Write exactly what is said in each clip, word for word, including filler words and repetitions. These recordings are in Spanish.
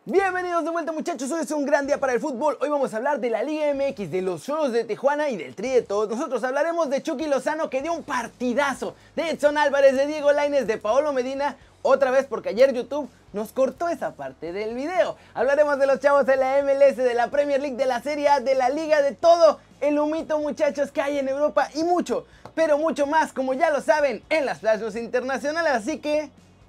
Bienvenidos de vuelta, muchachos, hoy es un gran día para el fútbol. Hoy vamos a hablar de la Liga M X, de los Xolos de Tijuana y del Tri de todos. Nosotros hablaremos de Chucky Lozano, que dio un partidazo, de Edson Álvarez, de Diego Lainez, de Paolo Medina, otra vez porque ayer YouTube nos cortó esa parte del video. Hablaremos de los chavos de la M L S, de la Premier League, de la Serie A, de la Liga, de todo el humito, muchachos, que hay en Europa y mucho, pero mucho más, como ya lo saben, en las Flash News internacionales, así que...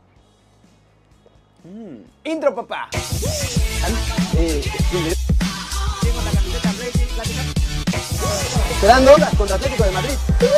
Mm. Intro, papá. Eh, Tengo la camiseta Racing, esperando contra Atlético de Madrid.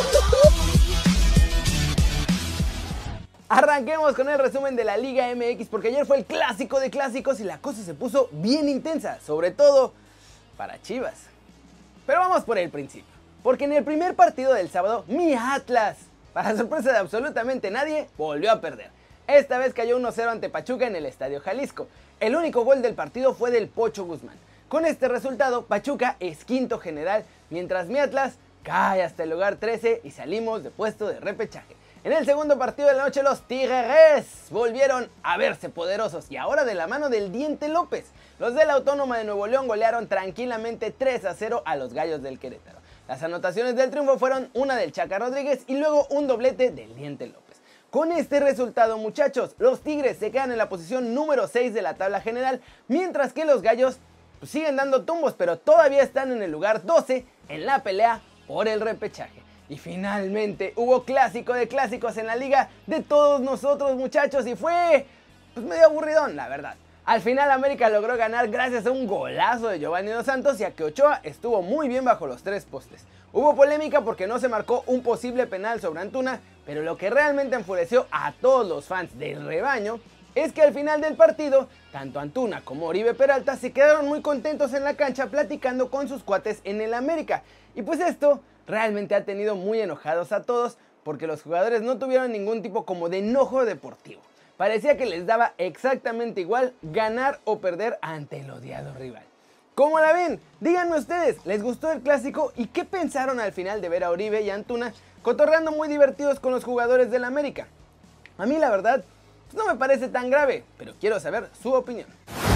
Arranquemos con el resumen de la Liga M X, porque ayer fue el clásico de clásicos y la cosa se puso bien intensa, sobre todo para Chivas. Pero vamos por el principio, porque en el primer partido del sábado, mi Atlas, para sorpresa de absolutamente nadie, volvió a perder. Esta vez cayó uno cero ante Pachuca en el Estadio Jalisco. El único gol del partido fue del Pocho Guzmán. Con este resultado, Pachuca es quinto general, mientras mi Atlas cae hasta el lugar trece y salimos de puesto de repechaje. En el segundo partido de la noche, los Tigres volvieron a verse poderosos y ahora de la mano del Diente López. Los de la Autónoma de Nuevo León golearon tranquilamente tres a cero a los Gallos del Querétaro. Las anotaciones del triunfo fueron una del Chaca Rodríguez y luego un doblete del Diente López. Con este resultado, muchachos, los Tigres se quedan en la posición número seis de la tabla general, mientras que los Gallos pues, siguen dando tumbos, pero todavía están en el lugar doce en la pelea por el repechaje. Y finalmente hubo clásico de clásicos en la liga de todos nosotros, muchachos, y fue pues, medio aburridón, la verdad. Al final América logró ganar gracias a un golazo de Giovanni Dos Santos y a que Ochoa estuvo muy bien bajo los tres postes. Hubo polémica porque no se marcó un posible penal sobre Antuna, pero lo que realmente enfureció a todos los fans del rebaño es que al final del partido, tanto Antuna como Oribe Peralta se quedaron muy contentos en la cancha platicando con sus cuates en el América. Y pues esto realmente ha tenido muy enojados a todos porque los jugadores no tuvieron ningún tipo como de enojo deportivo. Parecía que les daba exactamente igual ganar o perder ante el odiado rival. ¿Cómo la ven? Díganme ustedes, ¿les gustó el clásico? ¿Y qué pensaron al final de ver a Oribe y a Antuna cotorreando muy divertidos con los jugadores del América? A mí la verdad, pues no me parece tan grave, pero quiero saber su opinión.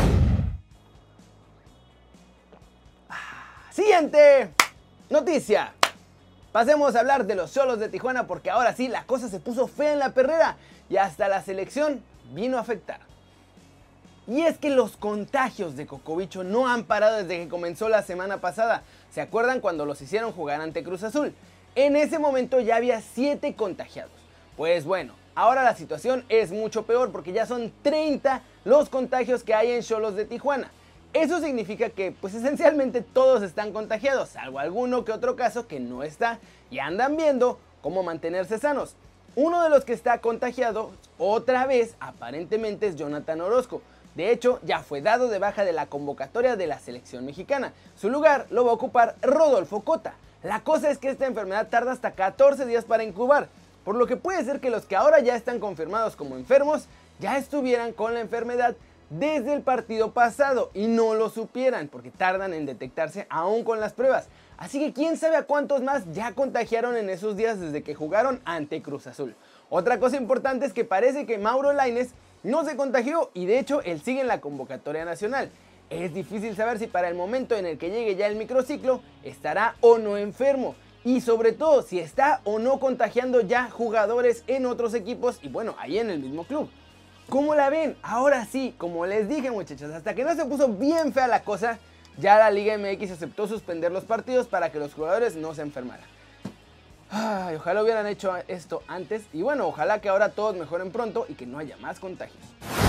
Siguiente noticia. Pasemos a hablar de los Xolos de Tijuana porque ahora sí la cosa se puso fea en la perrera y hasta la selección vino a afectar. Y es que los contagios de Cocobicho no han parado desde que comenzó la semana pasada. ¿Se acuerdan cuando los hicieron jugar ante Cruz Azul? En ese momento ya había siete contagiados. Pues bueno, ahora la situación es mucho peor porque ya son treinta los contagios que hay en Xolos de Tijuana. Eso significa que pues esencialmente todos están contagiados, salvo alguno que otro caso que no está y andan viendo cómo mantenerse sanos. Uno de los que está contagiado otra vez aparentemente es Jonathan Orozco. De hecho, ya fue dado de baja de la convocatoria de la selección mexicana. Su lugar lo va a ocupar Rodolfo Cota. La cosa es que esta enfermedad tarda hasta catorce días para incubar, por lo que puede ser que los que ahora ya están confirmados como enfermos ya estuvieran con la enfermedad desde el partido pasado y no lo supieran porque tardan en detectarse aún con las pruebas. Así que quién sabe a cuántos más ya contagiaron en esos días desde que jugaron ante Cruz Azul. Otra cosa importante es que parece que Mauro Lainez no se contagió y de hecho él sigue en la convocatoria nacional. Es difícil saber si para el momento en el que llegue ya el microciclo estará o no enfermo y sobre todo si está o no contagiando ya jugadores en otros equipos y bueno, ahí en el mismo club. ¿Cómo la ven? Ahora sí, como les dije, muchachos, hasta que no se puso bien fea la cosa, ya la Liga M X aceptó suspender los partidos para que los jugadores no se enfermaran. Ay, ojalá hubieran hecho esto antes y bueno, ojalá que ahora todos mejoren pronto y que no haya más contagios.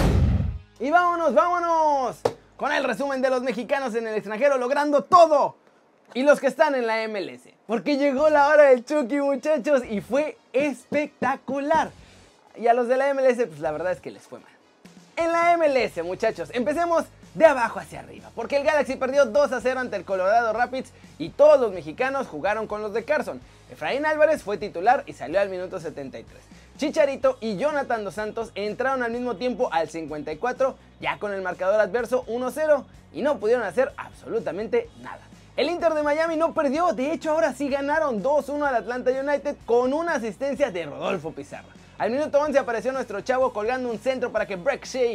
Y vámonos, vámonos con el resumen de los mexicanos en el extranjero logrando todo y los que están en la M L S, porque llegó la hora del Chucky, muchachos, y fue espectacular. Y a los de la M L S, pues la verdad es que les fue mal. En la M L S, muchachos, empecemos de abajo hacia arriba, porque el Galaxy perdió dos a cero ante el Colorado Rapids y todos los mexicanos jugaron con los de Carson. Efraín Álvarez fue titular y salió al minuto setenta y tres. Chicharito y Jonathan Dos Santos entraron al mismo tiempo al cincuenta y cuatro, ya con el marcador adverso uno cero, y no pudieron hacer absolutamente nada. El Inter de Miami no perdió, de hecho ahora sí ganaron dos uno al Atlanta United con una asistencia de Rodolfo Pizarro. Al minuto once apareció nuestro chavo colgando un centro para que Breck Shea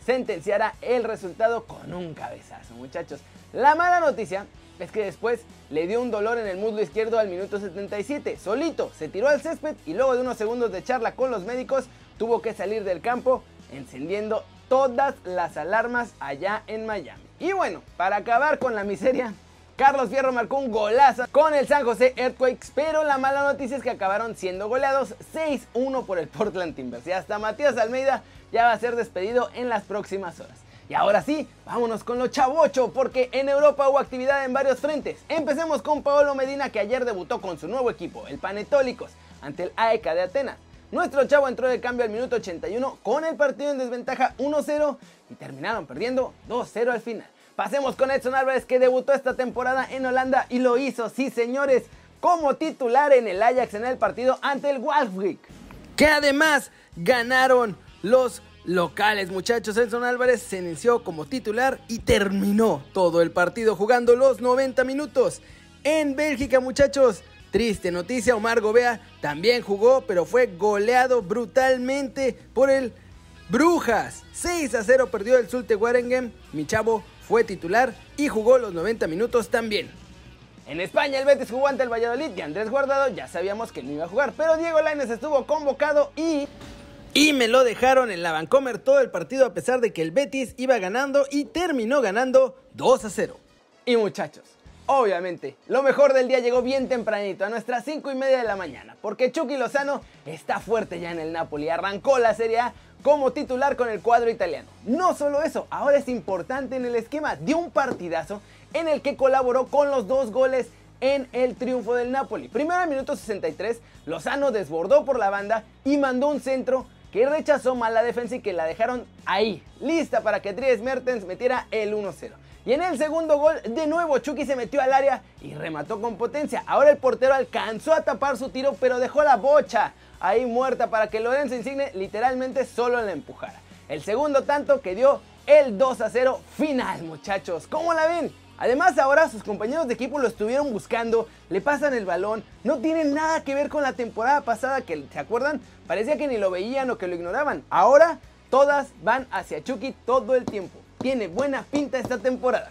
sentenciara el resultado con un cabezazo, muchachos. La mala noticia es que después le dio un dolor en el muslo izquierdo al minuto setenta y siete, solito se tiró al césped y luego de unos segundos de charla con los médicos tuvo que salir del campo, encendiendo todas las alarmas allá en Miami. Y bueno, para acabar con la miseria, Carlos Fierro marcó un golazo con el San José Earthquakes, pero la mala noticia es que acabaron siendo goleados seis uno por el Portland Timbers y hasta Matías Almeida ya va a ser despedido en las próximas horas. Y ahora sí, vámonos con lo chavocho, porque en Europa hubo actividad en varios frentes. Empecemos con Paolo Medina, que ayer debutó con su nuevo equipo, el Panetólicos, ante el A E K de Atenas. Nuestro chavo entró de cambio al minuto ochenta y uno con el partido en desventaja uno cero y terminaron perdiendo dos cero al final. Pasemos con Edson Álvarez, que debutó esta temporada en Holanda y lo hizo, sí señores, como titular en el Ajax en el partido ante el Wolfsburg, que además ganaron los locales, muchachos. Edson Álvarez se inició como titular y terminó todo el partido jugando los noventa minutos. En Bélgica, muchachos, triste noticia, Omar Gobea también jugó, pero fue goleado brutalmente por el Brujas. seis a cero perdió el Zulte Waregem. Mi chavo fue titular y jugó los noventa minutos también. En España, el Betis jugó ante el Valladolid y Andrés Guardado ya sabíamos que no iba a jugar, pero Diego Lainez estuvo convocado y... Y me lo dejaron en la Vancomer todo el partido, a pesar de que el Betis iba ganando y terminó ganando dos a cero. Y muchachos, obviamente, lo mejor del día llegó bien tempranito, a nuestras cinco y media de la mañana, porque Chucky Lozano está fuerte ya en el Napoli, arrancó la Serie A como titular con el cuadro italiano. No solo eso, ahora es importante en el esquema, dio un partidazo en el que colaboró con los dos goles en el triunfo del Napoli. Primero al minuto sesenta y tres, Lozano desbordó por la banda y mandó un centro que rechazó mal la defensa y que la dejaron ahí, lista para que Dries Mertens metiera el uno cero. Y en el segundo gol, de nuevo Chucky se metió al área y remató con potencia. Ahora el portero alcanzó a tapar su tiro, pero dejó la bocha ahí muerta para que Lorenzo Insigne literalmente solo la empujara. El segundo tanto que dio el dos a cero final, muchachos. ¿Cómo la ven? Además, ahora sus compañeros de equipo lo estuvieron buscando, le pasan el balón, no tiene nada que ver con la temporada pasada que, ¿se acuerdan? Parecía que ni lo veían o que lo ignoraban. Ahora todas van hacia Chucky todo el tiempo. Tiene buena pinta esta temporada.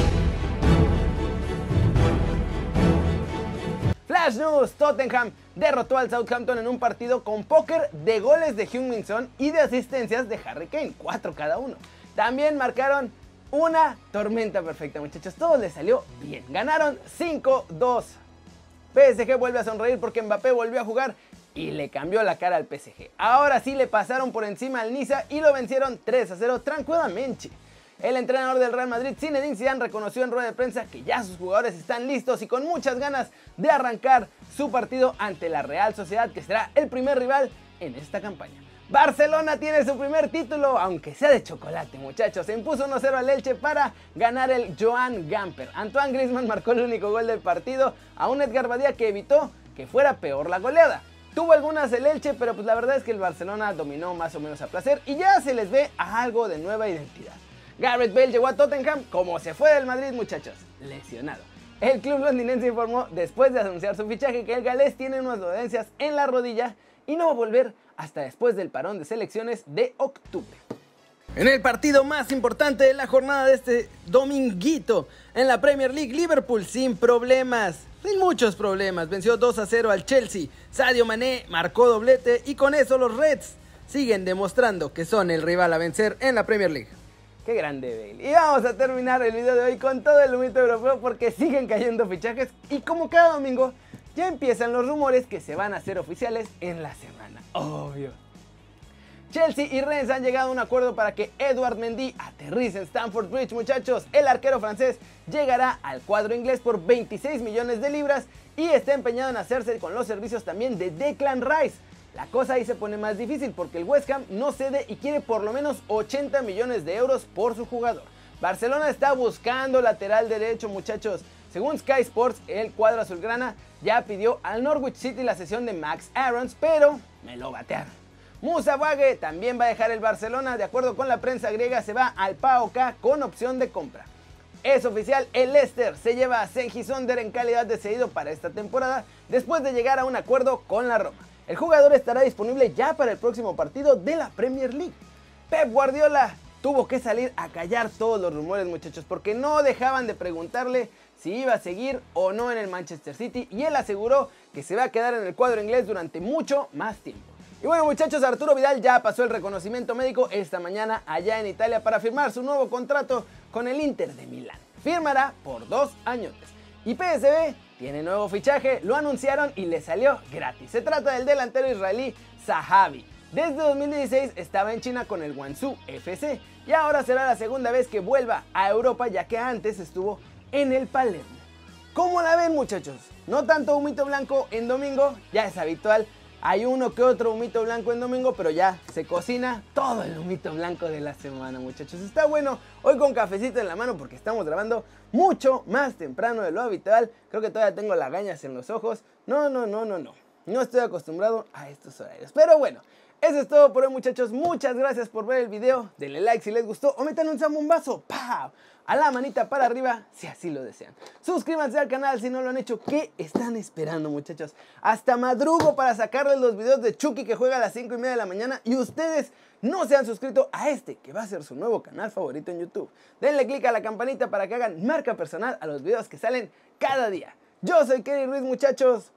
Flash News: Tottenham derrotó al Southampton en un partido con póker de goles de Heung-min Son y de asistencias de Harry Kane, cuatro cada uno. También marcaron una tormenta perfecta, muchachos, todo les salió bien. Ganaron cinco dos. P S G vuelve a sonreír porque Mbappé volvió a jugar y le cambió la cara al P S G. Ahora sí le pasaron por encima al Niza y lo vencieron tres a cero tranquilamente. El entrenador del Real Madrid, Zinedine Zidane, reconoció en rueda de prensa que ya sus jugadores están listos y con muchas ganas de arrancar su partido ante la Real Sociedad, que será el primer rival en esta campaña. Barcelona tiene su primer título, aunque sea de chocolate, muchachos. Se impuso uno cero al Elche para ganar el Joan Gamper. Antoine Griezmann marcó el único gol del partido a un Edgar Badía que evitó que fuera peor la goleada. Tuvo algunas el Elche, pero pues la verdad es que el Barcelona dominó más o menos a placer y ya se les ve a algo de nueva identidad. Gareth Bale llegó a Tottenham como se fue del Madrid, muchachos, lesionado. El club londinense informó después de anunciar su fichaje que el galés tiene unas dolencias en la rodilla y no va a volver hasta después del parón de selecciones de octubre. En el partido más importante de la jornada de este dominguito en la Premier League, Liverpool sin problemas, sin muchos problemas, venció dos a cero al Chelsea. Sadio Mané marcó doblete y con eso los Reds siguen demostrando que son el rival a vencer en la Premier League. ¡Qué grande Bale! Y vamos a terminar el video de hoy con todo el humito europeo porque siguen cayendo fichajes y como cada domingo ya empiezan los rumores que se van a hacer oficiales en la semana, obvio. Chelsea y Rennes han llegado a un acuerdo para que Edouard Mendy aterrice en Stamford Bridge, muchachos. El arquero francés llegará al cuadro inglés por veintiséis millones de libras y está empeñado en hacerse con los servicios también de Declan Rice. La cosa ahí se pone más difícil porque el West Ham no cede y quiere por lo menos ochenta millones de euros por su jugador. Barcelona está buscando lateral derecho, muchachos. Según Sky Sports, el cuadro azulgrana ya pidió al Norwich City la cesión de Max Aarons, pero me lo batearon. Moussa Wague también va a dejar el Barcelona. De acuerdo con la prensa griega, se va al P A O K con opción de compra. Es oficial, el Leicester se lleva a Cengiz Sonder en calidad de cedido para esta temporada después de llegar a un acuerdo con la Roma. El jugador estará disponible ya para el próximo partido de la Premier League. Pep Guardiola tuvo que salir a callar todos los rumores, muchachos, porque no dejaban de preguntarle si iba a seguir o no en el Manchester City, y él aseguró que se va a quedar en el cuadro inglés durante mucho más tiempo. Y bueno, muchachos, Arturo Vidal ya pasó el reconocimiento médico esta mañana allá en Italia para firmar su nuevo contrato con el Inter de Milán. Firmará por dos años. Y P S V tiene nuevo fichaje, lo anunciaron y le salió gratis. Se trata del delantero israelí Zahavi. Desde dos mil dieciséis estaba en China con el Guangzhou F C y ahora será la segunda vez que vuelva a Europa, ya que antes estuvo en el Palermo. ¿Cómo la ven, muchachos? No tanto humito blanco en domingo, ya es habitual. Hay uno que otro humito blanco en domingo, pero ya se cocina todo el humito blanco de la semana, muchachos. Está bueno, hoy con cafecito en la mano porque estamos grabando mucho más temprano de lo habitual. Creo que todavía tengo lagañas en los ojos. No, no, no, no, no. No estoy acostumbrado a estos horarios. Pero bueno, eso es todo por hoy, muchachos. Muchas gracias por ver el video. Denle like si les gustó o metan un zambombazo. ¡Pau! A la manita para arriba si así lo desean. Suscríbanse al canal si no lo han hecho. ¿Qué están esperando, muchachos? Hasta madrugo para sacarles los videos de Chucky que juega a las cinco y media de la mañana y ustedes no se han suscrito a este que va a ser su nuevo canal favorito en YouTube. Denle click a la campanita para que hagan marca personal a los videos que salen cada día. Yo soy Kerry Ruiz, muchachos.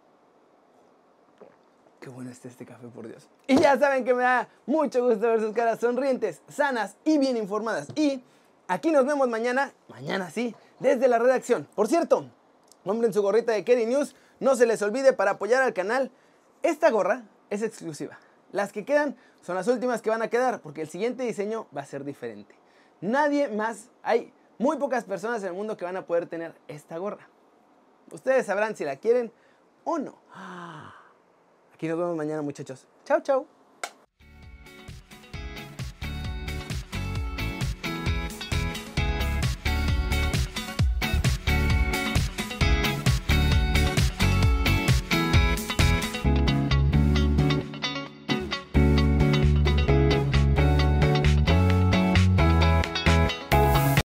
Qué bueno está este café, por Dios. Y ya saben que me da mucho gusto ver sus caras sonrientes, sanas y bien informadas. Y aquí nos vemos mañana, mañana sí, desde la redacción. Por cierto, compren su gorrita de Kerry News, no se les olvide para apoyar al canal. Esta gorra es exclusiva. Las que quedan son las últimas que van a quedar, porque el siguiente diseño va a ser diferente. Nadie más, hay muy pocas personas en el mundo que van a poder tener esta gorra. Ustedes sabrán si la quieren o no. Aquí nos vemos mañana, muchachos. Chau, chau.